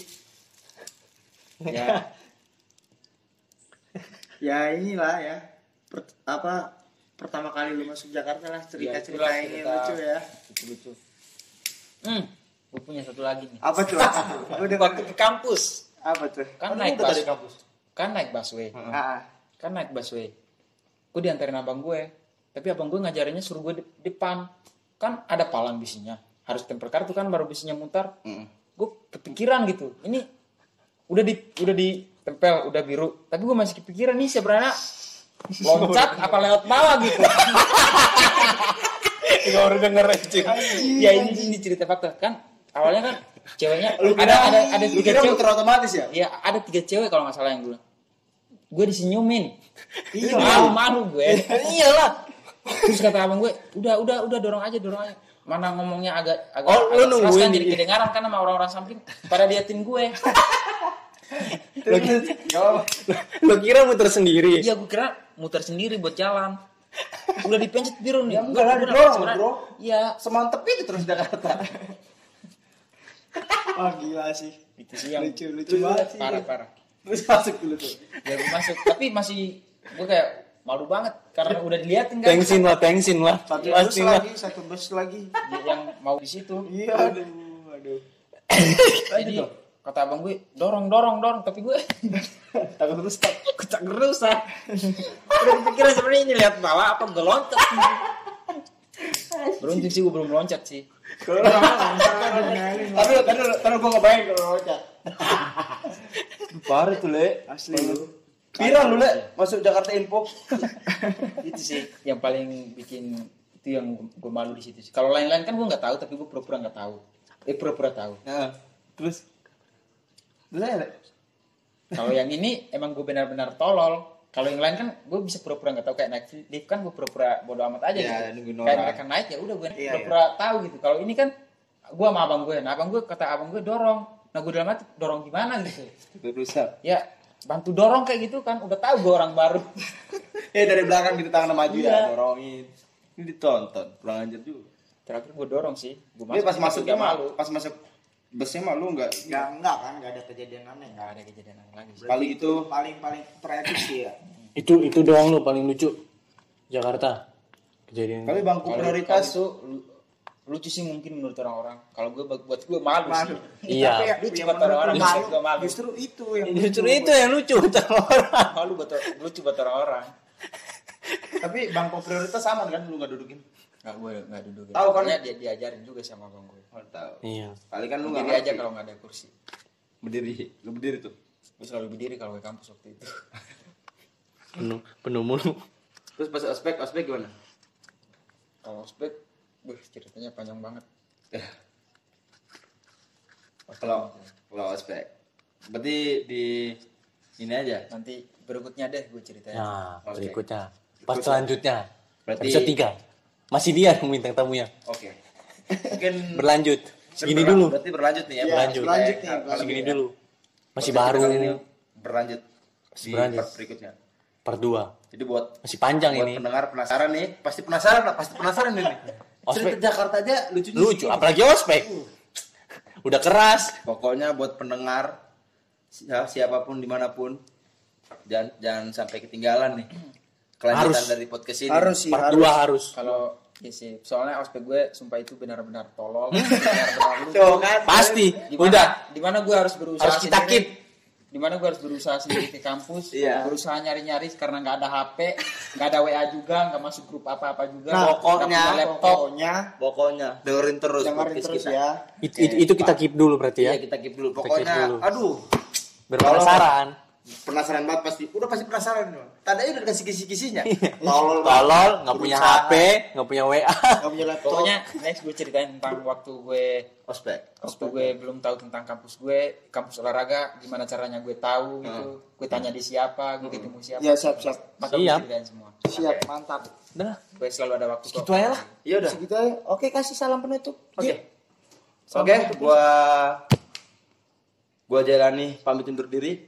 Ya Ya inilah ya. Per- apa pertama kali lu masuk Jakarta lah, cerita Ya, cerita itulah ini cerita. lucu ya. Lucu-lucu. Hmm, gue punya satu lagi nih. Apa tuh? Udah Waktu ke kampus, apa tuh? kan Kan naik udah bus, dari kampus. kan naik busway, Ah, kan naik busway. Gue diantarin abang gue, tapi abang gue ngajarinnya suruh gue di depan. Kan ada palang bisinya, harus tempel kartu kan baru bisinya mutar. Mm. Gue kepikiran gitu, ini udah di udah ditempel, udah biru, tapi gue masih kepikiran nih sebenarnya loncat apa lewat bawah gitu. Enggak baru denger aja. Ya ini ini cerita fakta kan, awalnya kan ceweknya ada ada ada Lu tiga kira cewek. muter otomatis ya? Ya ada tiga cewek kalau nggak salah yang dulu. Gue disenyumin. Iya. Malu-malu gue. Iyalah. Terus kata abang gue, udah udah udah dorong aja dorong aja. Mana ngomongnya agak agak Oh, lu agak nungguin keras kan, di- jadi kedengaran kan sama orang-orang samping pada liatin gue. Lo kira, lo kira muter sendiri. Iya gue kira muter sendiri buat jalan. Udah dipencet biru nih. Ya enggak lah, Gua- gua didorong, sebenarnya- bro. Iya. Semantep itu terus Jakarta. Wah gila sih. Itu sih yang Lucu lucu banget sih. parah parah. Terus masuk dulu tuh. Ya gue masuk, tapi masih gue kayak malu banget karena udah diliatin kan. Tengsin lah, tengsin lah. Satu bus Pasti lah. lagi, satu bus lagi. Yang mau di situ. Iya, aduh, aduh. Jadi kata abang gue dorong dorong dorong, tapi gue Takut terus tak. kucak gerusak. Udah pikiran sebenarnya ini lihat bawah apa gue loncat. Beruntung sih gue belum loncat sih. Kalau Tapi tadi tadi gua ngebayang kalau loncat. Parah tuh, Le. Asli lu. Viral lu, Le. Masuk Jakarta Info. Itu sih yang paling bikin itu yang gue malu di situ sih. Kalau lain-lain kan gue nggak tahu, tapi gue pura-pura nggak tahu. Eh pura-pura tahu. Nah, terus terus ya, Le. Kalau yang ini emang gue benar-benar tolol. Kalau yang lain kan gue bisa pura-pura nggak tahu, kayak naik lift kan gue pura-pura bodo amat aja Ya, gitu. nungguin Kayak orang. mereka naik ya udah gue Iya, pura-pura tahu gitu. Kalau ini kan gue sama abang gue, nah abang gue kata abang gue dorong. Nah gue dalam hati dorong gimana gitu. Itu rusak. Ya bantu dorong kayak gitu kan, udah tahu gue orang baru. Eh dari belakang gitu tangan maju Iya. ya, dorongin. Ini ditonton, kurang ajar juga. Terakhir gue dorong sih. Gue Tapi pas masuknya gak malu, pas masuk busnya malu enggak? Enggak, enggak kan, enggak ada kejadian aneh. Nggak ada kejadian yang lagi. sih. Kali itu Paling paling tragic sih ya. Itu itu doang lo paling lucu. Jakarta. Kejadian. kali bangku Kalau prioritas. itu lu- lucu sih mungkin menurut orang-orang. Kalau gue buat gue malu, Malu. sih. Iya. Tapi ya, Lucu yang buat menurut orang-orang, lu bisa malu, juga malu. justru itu yang Justru lucu. itu yang lucu kata orang. Malu buat lucu buat orang-orang. Tapi bangku prioritas sama kan lu enggak dudukin. Nggak, gue nggak duduk. Tahu kan? Pokoknya dia diajarin juga sama abang gue. Oh, tahu. Iya. Kali kan lu enggak Berdiri aja kalau nggak ada kursi. berdiri, lu berdiri tuh. Gue selalu berdiri kalau ke kampus waktu itu. Penuh penuh mulu. Terus pas ospek, ospek gimana? Kalau ospek, wih ceritanya panjang banget. Kalau kalau ospek. Berarti di ini aja. Nanti berikutnya deh gue ceritanya. Nah, Oke. berikutnya. Pas selanjutnya. Berarti- Episode tiga. Masih dia yang bintang tamunya. Oke. Mungkin Berlanjut. Segini berla- dulu. Berarti berlanjut nih ya. Iya, berlanjut. berlanjut nih, Kalau berlanjut. Segini ya. dulu. Masih Podcast baru. kita kali ini berlanjut Masih di berlanjut. part berikutnya. Part dua. Jadi buat Masih panjang buat ini. pendengar penasaran nih, pasti penasaran lah, pasti penasaran ini. Ospek. Cerita Jakarta aja lucu Lucu, apalagi ospek. Udah keras. Pokoknya buat pendengar si- siapapun dimanapun jangan jangan sampai ketinggalan nih kelanjutan Harus. dari podcast ini. Harus sih, Part harus. dua harus. Kalau ya sih, soalnya ospek gue sumpah itu benar-benar tolol, benar-benar lucu. Tuh kan. Pasti. Dimana, Udah. Dimana gue harus berusaha Harus kita sendiri. keep. Dimana gue harus berusaha sendiri ke kampus, Iya. berusaha nyari-nyari karena nggak ada H P, nggak ada W A juga, nggak masuk grup apa-apa juga. Nah, nggak pokoknya- punya laptop. Pokoknya Pokoknya dengerin terus dengerin podcast terus kita. ya. Itu, itu, itu kita keep dulu berarti ya. Iya, kita keep dulu. Kita Pokoknya keep dulu. aduh, Biar penasaran. penasaran banget pasti. Udah pasti penasaran nih. Tandanya udah dikasih kisi-kisinya. Tolol, tolol, nggak punya H P, nggak punya W A. Gak punya laptop. Pokoknya next gue ceritain tentang waktu gue Ospek. waktu gue belum tahu tentang kampus gue, kampus olahraga, gimana caranya gue tahu gitu. Gue tanya di siapa, gue ketemu siapa. Ya, siap, siap. Bakal gue Siap. ceritain semua. Siap, mantap. Udah, Gue selalu ada waktu kok. gitu aja lah. Iya udah. Segitu aja. Oke, kasih salam penutup. Oke. Ji. Oke, gua gua jalani pamit undur diri.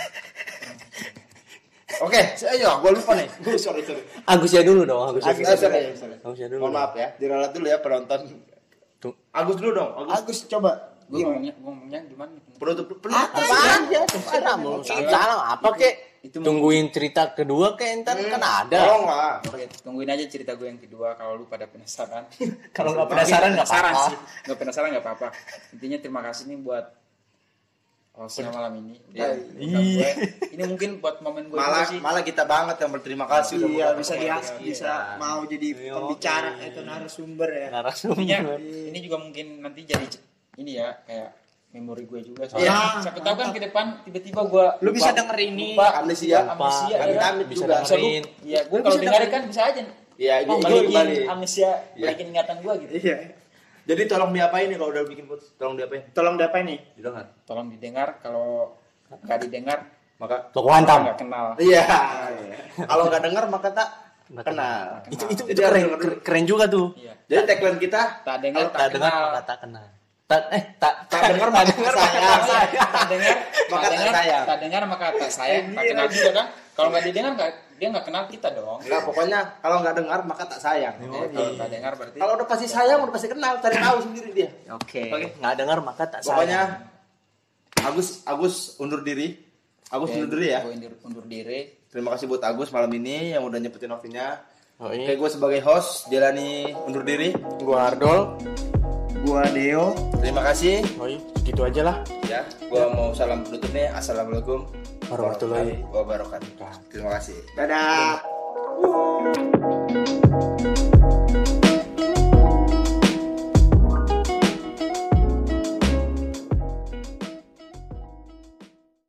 Oke, ayo, gua lupa nih. Gua sorry sorry. Agus ya dulu dong, Agus ya Agus, dulu. ah, sorry, sorry. Agus ya dulu. Mohon maaf ya, diralat dulu ya penonton. Tuh. Agus dulu dong, Agus. Agus coba. Gue ngomongnya, gue ngomongnya gimana? Penutup penutup. Apaan ya? Salam, salam apa kek? itu Tungguin cerita kedua kayak entar kan ada. Tolong lah. Oke, tungguin aja cerita gue yang kedua kalau lu pada penasaran. Kalau nggak penasaran nggak penasaran apa-apa. sih. Nggak penasaran nggak apa-apa. Intinya terima kasih nih buat hostnya malam ini. Dia undang gue. Ini mungkin buat momen gue Malah juga sih. malah kita banget yang berterima kasih udah Iya, mau bisa datang. dia bisa mau jadi pembicara itu narasumber ya. Intinya Narasumber. ini juga mungkin nanti jadi ini ya kayak memori gue juga. Iya. Soalnya siapa tahu kan ke depan tiba-tiba gue Lu bisa denger ini. lupa, Amnesia. amnesia, ya kan? Amit-amit Bisa juga. Bisa lu, dengerin. iya, gue Lu kalau bisa dengerin dengerin. kan bisa aja. Iya, ini Oh, ini balikin kembali. amnesia, Iya. balikin ingatan gue gitu. Iya. Jadi tolong diapain nih kalau udah bikin podcast? Tolong diapain? Tolong dapat nih. Didengar. Tolong didengar, kalau nggak didengar, Maka Toko hantam. nggak kenal. iya. Kalau nggak dengar maka tak Nggak kenal. Itu itu, Jadi itu harus keren, denger dulu. keren juga tuh. Iya. Jadi tagline kita Tak dengar, Tak tak dengar kenal. maka tak kenal. Tak eh tak tak dengar maka tak sayang. Tak dengar, Maka tak tak dengar, sayang. tak dengar maka tak sayang, tak kenal juga kan? Kalau nggak didengar nggak, dia nggak kenal kita dong. Enggak, pokoknya kalau nggak dengar maka tak sayang. Eh, kalau nggak dengar berarti. Kalau udah pasti sayang, udah pasti kenal, cari tahu sendiri dia. Oke. Oke, nggak dengar maka tak sayang. Pokoknya Agus Agus undur diri. Agus undur diri ya. Gue undur, undur diri. Terima kasih buat Agus malam ini yang udah nyebutin waktunya. Oh, Oke, ini gue sebagai host Jelani undur diri. gua Ardol. Gua Deo. Terima kasih. Oh, iya, gitu aja lah. Ya, gue mau salam penutup nih. Assalamualaikum Warahmatullahi wabarakatuh. Terima kasih. Dadah.